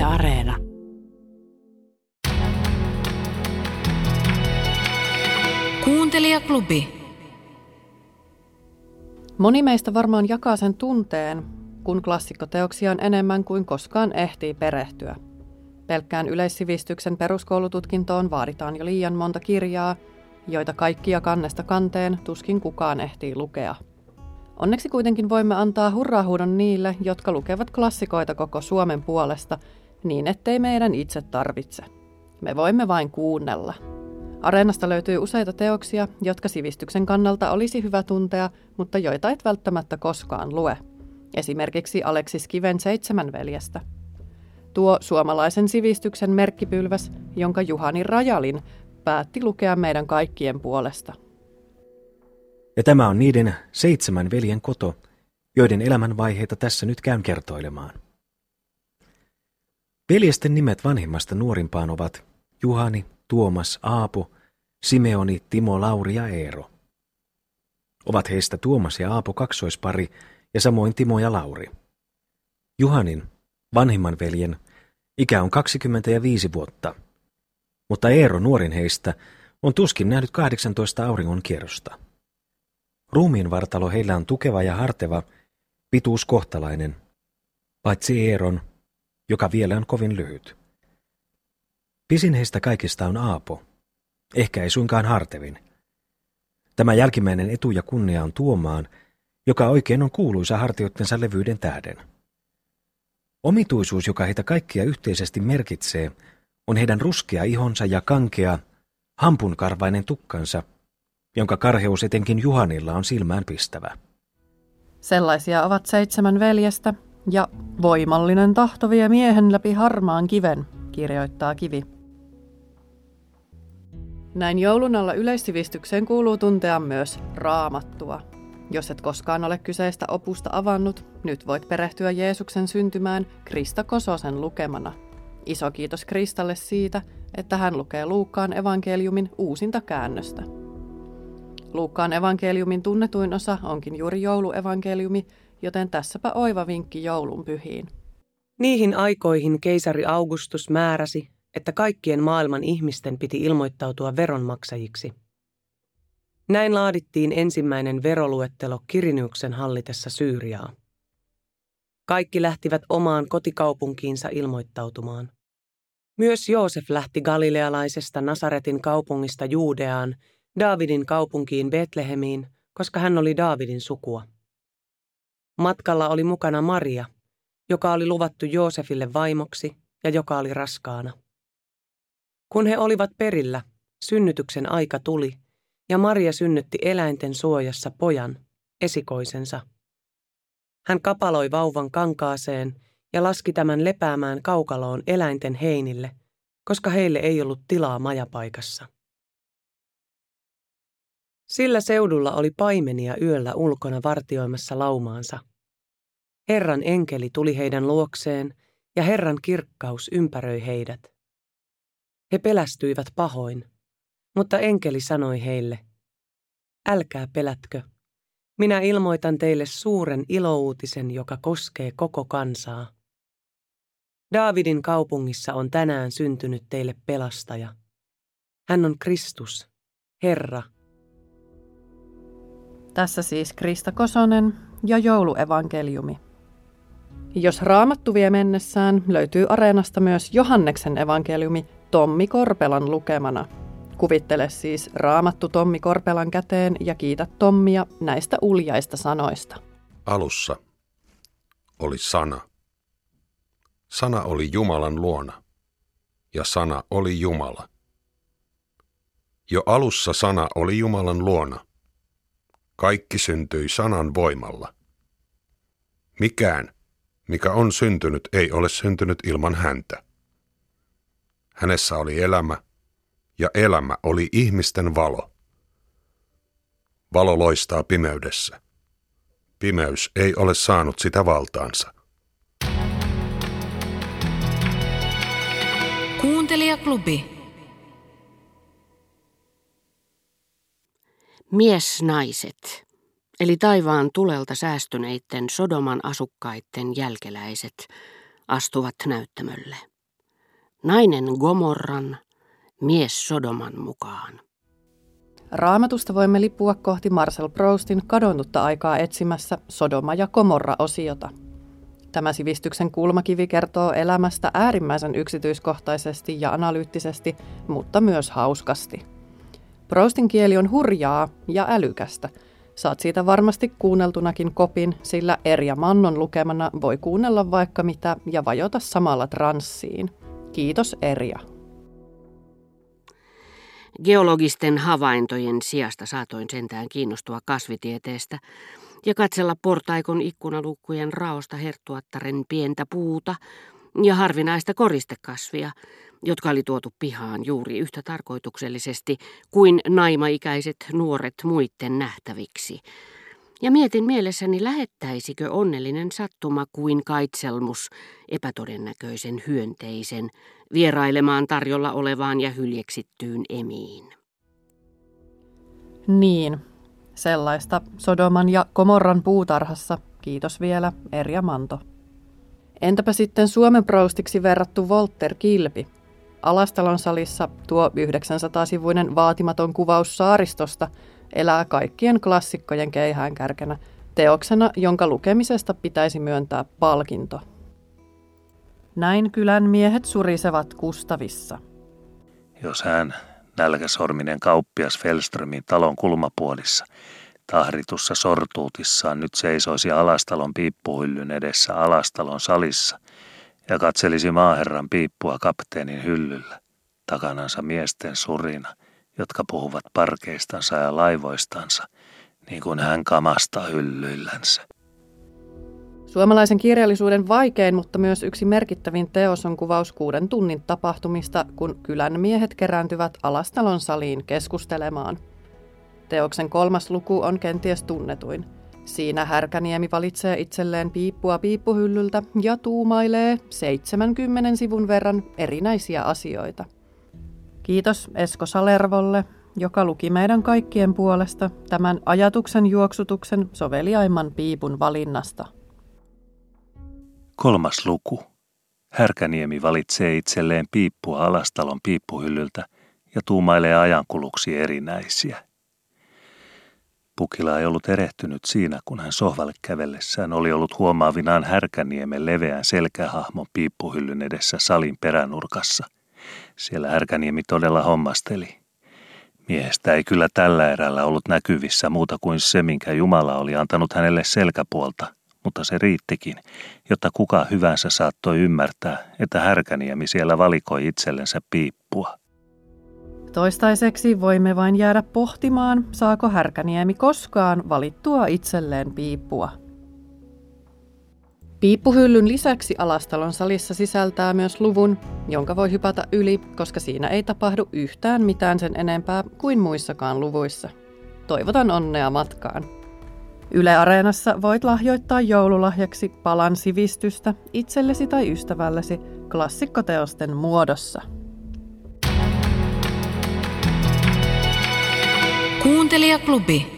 Areena. Kuuntelijaklubi. Moni meistä varmaan jakaa sen tunteen, kun klassikkoteoksia on enemmän kuin koskaan ehtii perehtyä. Pelkkään yleissivistyksen peruskoulututkintoon vaaditaan jo liian monta kirjaa, joita kaikkia kannesta kanteen tuskin kukaan ehtii lukea. Onneksi kuitenkin voimme antaa hurraahuudon niille, jotka lukevat klassikoita koko Suomen puolesta, niin ettei meidän itse tarvitse. Me voimme vain kuunnella. Areenasta löytyy useita teoksia, jotka sivistyksen kannalta olisi hyvä tuntea, mutta joita et välttämättä koskaan lue. Esimerkiksi Aleksis Kiven 7 veljestä. Tuo suomalaisen sivistyksen merkkipylväs, jonka Juhani Rajalin päätti lukea meidän kaikkien puolesta. Ja tämä on niiden 7 veljen koto, joiden elämänvaiheita tässä nyt käyn kertoilemaan. Veljesten nimet vanhimmasta nuorimpaan ovat Juhani, Tuomas, Aapo, Simeoni, Timo, Lauri ja Eero. Ovat heistä Tuomas ja Aapo kaksoispari ja samoin Timo ja Lauri. Juhanin, vanhimman veljen, ikä on 25 vuotta, mutta Eero nuorin heistä on tuskin nähnyt 18 auringonkierrosta. Ruumiinvartalo heillä on tukeva ja harteva, pituus kohtalainen, paitsi Eeron, joka vielä on kovin lyhyt. Pisin heistä kaikista on Aapo, ehkä ei suinkaan hartevin. Tämä jälkimmäinen etu ja kunnia on Tuomaan, joka oikein on kuuluisa hartioittensa levyyden tähden. Omituisuus, joka heitä kaikkia yhteisesti merkitsee, on heidän ruskea ihonsa ja kankea, hampunkarvainen tukkansa, jonka karheus etenkin Juhanilla on silmään pistävä. Sellaisia ovat 7 veljestä ja voimallinen tahto vie miehen läpi harmaan kiven, kirjoittaa Kivi. Näin joulun alla yleissivistykseen kuuluu tuntea myös Raamattua. Jos et koskaan ole kyseistä opusta avannut, nyt voit perehtyä Jeesuksen syntymään Krista Kososen lukemana. Iso kiitos Kristalle siitä, että hän lukee Luukkaan evankeliumin uusinta käännöstä. Luukkaan evankeliumin tunnetuin osa onkin juuri jouluevankeliumi, joten tässäpä oiva vinkki joulun pyhiin. Niihin aikoihin keisari Augustus määräsi, että kaikkien maailman ihmisten piti ilmoittautua veronmaksajiksi. Näin laadittiin ensimmäinen veroluettelo Kiriniuksen hallitessa Syyriaa. Kaikki lähtivät omaan kotikaupunkiinsa ilmoittautumaan. Myös Joosef lähti galilealaisesta Nasaretin kaupungista Juudeaan, Daavidin kaupunkiin Betlehemiin, koska hän oli Daavidin sukua. Matkalla oli mukana Maria, joka oli luvattu Joosefille vaimoksi ja joka oli raskaana. Kun he olivat perillä, synnytyksen aika tuli, ja Maria synnytti eläinten suojassa pojan, esikoisensa. Hän kapaloi vauvan kankaaseen ja laski tämän lepäämään kaukaloon eläinten heinille, koska heille ei ollut tilaa majapaikassa. Sillä seudulla oli paimenia yöllä ulkona vartioimassa laumaansa. Herran enkeli tuli heidän luokseen ja Herran kirkkaus ympäröi heidät. He pelästyivät pahoin, mutta enkeli sanoi heille, älkää pelätkö, minä ilmoitan teille suuren ilouutisen, joka koskee koko kansaa. Daavidin kaupungissa on tänään syntynyt teille pelastaja. Hän on Kristus, Herra. Tässä siis Krista Kosonen ja jouluevankeliumi. Jos Raamattu vie mennessään, löytyy Areenasta myös Johanneksen evankeliumi Tommi Korpelan lukemana. Kuvittele siis Raamattu Tommi Korpelan käteen ja kiitä Tommia näistä uljaista sanoista. Alussa oli sana. Sana oli Jumalan luona, ja sana oli Jumala. Jo alussa sana oli Jumalan luona. Kaikki syntyi sanan voimalla. Mikään, mikä on syntynyt, ei ole syntynyt ilman häntä. Hänessä oli elämä, ja elämä oli ihmisten valo. Valo loistaa pimeydessä. Pimeys ei ole saanut sitä valtaansa. Kuuntelijaklubi. Miesnaiset, eli taivaan tulelta säästyneitten Sodoman asukkaiden jälkeläiset, astuvat näyttämölle. Nainen Gomorran, mies Sodoman mukaan. Raamatusta voimme lipua kohti Marcel Proustin kadonnutta aikaa etsimässä Sodoma ja Gomorra-osiota. Tämä sivistyksen kulmakivi kertoo elämästä äärimmäisen yksityiskohtaisesti ja analyyttisesti, mutta myös hauskasti. Proustin kieli on hurjaa ja älykästä. Saat siitä varmasti kuunneltunakin kopin, sillä Erja Mannon lukemana voi kuunnella vaikka mitä ja vajota samalla transsiin. Kiitos Erja. Geologisten havaintojen sijasta saatoin sentään kiinnostua kasvitieteestä ja katsella portaikon ikkunalukkujen raosta herttuattaren pientä puuta ja harvinaista koristekasvia, jotka oli tuotu pihaan juuri yhtä tarkoituksellisesti kuin naimaikäiset nuoret muitten nähtäviksi. Ja mietin mielessäni, lähettäisikö onnellinen sattuma kuin kaitselmus epätodennäköisen hyönteisen vierailemaan tarjolla olevaan ja hyljeksittyyn emiin. Niin, sellaista Sodoman ja Gomorran puutarhassa, kiitos vielä Erja Manto. Entäpä sitten Suomen Proustiksi verrattu Walter Kilpi? Alastalon salissa tuo 900-sivuinen vaatimaton kuvaus saaristosta elää kaikkien klassikkojen keihäänkärkenä, teoksena, jonka lukemisesta pitäisi myöntää palkinto. Näin kylän miehet surisevat Kustavissa. Jos hän, nälkäsorminen kauppias Fellströmin talon kulmapuolissa, tahritussa sortuutissaan nyt seisoisi Alastalon piippuhyllyn edessä Alastalon salissa ja katselisi maaherran piippua kapteenin hyllyllä, takanansa miesten surina, jotka puhuvat parkeistansa ja laivoistansa, niin kuin hän kamastaa hyllyillänsä. Suomalaisen kirjallisuuden vaikein, mutta myös yksi merkittävin teos on kuvaus 6 tunnin tapahtumista, kun kylän miehet kerääntyvät Alastalon saliin keskustelemaan. Teoksen 3. luku on kenties tunnetuin. Siinä Härkäniemi valitsee itselleen piippua piippuhyllyltä ja tuumailee 70 sivun verran erinäisiä asioita. Kiitos Esko Salervolle, joka luki meidän kaikkien puolesta tämän ajatuksen juoksutuksen soveliaimman piipun valinnasta. 3. luku. Härkäniemi valitsee itselleen piippua Alastalon piippuhyllyltä ja tuumailee ajankuluksi erinäisiä. Pukila ei ollut erehtynyt siinä, kun hän sohvalle kävellessään oli ollut huomaavinaan Härkäniemen leveän selkähahmon piippuhyllyn edessä salin peränurkassa. Siellä Härkäniemi todella hommasteli. Miehestä ei kyllä tällä erällä ollut näkyvissä muuta kuin se, minkä Jumala oli antanut hänelle selkäpuolta, mutta se riittikin, jotta kuka hyvänsä saattoi ymmärtää, että Härkäniemi siellä valikoi itsellensä piippua. Toistaiseksi voimme vain jäädä pohtimaan, saako Härkäniemi koskaan valittua itselleen piippua. Piippuhyllyn lisäksi Alastalon salissa sisältää myös luvun, jonka voi hypätä yli, koska siinä ei tapahdu yhtään mitään sen enempää kuin muissakaan luvuissa. Toivotan onnea matkaan. Yle Areenassa voit lahjoittaa joululahjaksi palan sivistystä itsellesi tai ystävällesi klassikkoteosten muodossa. Kuuntelijaklubi.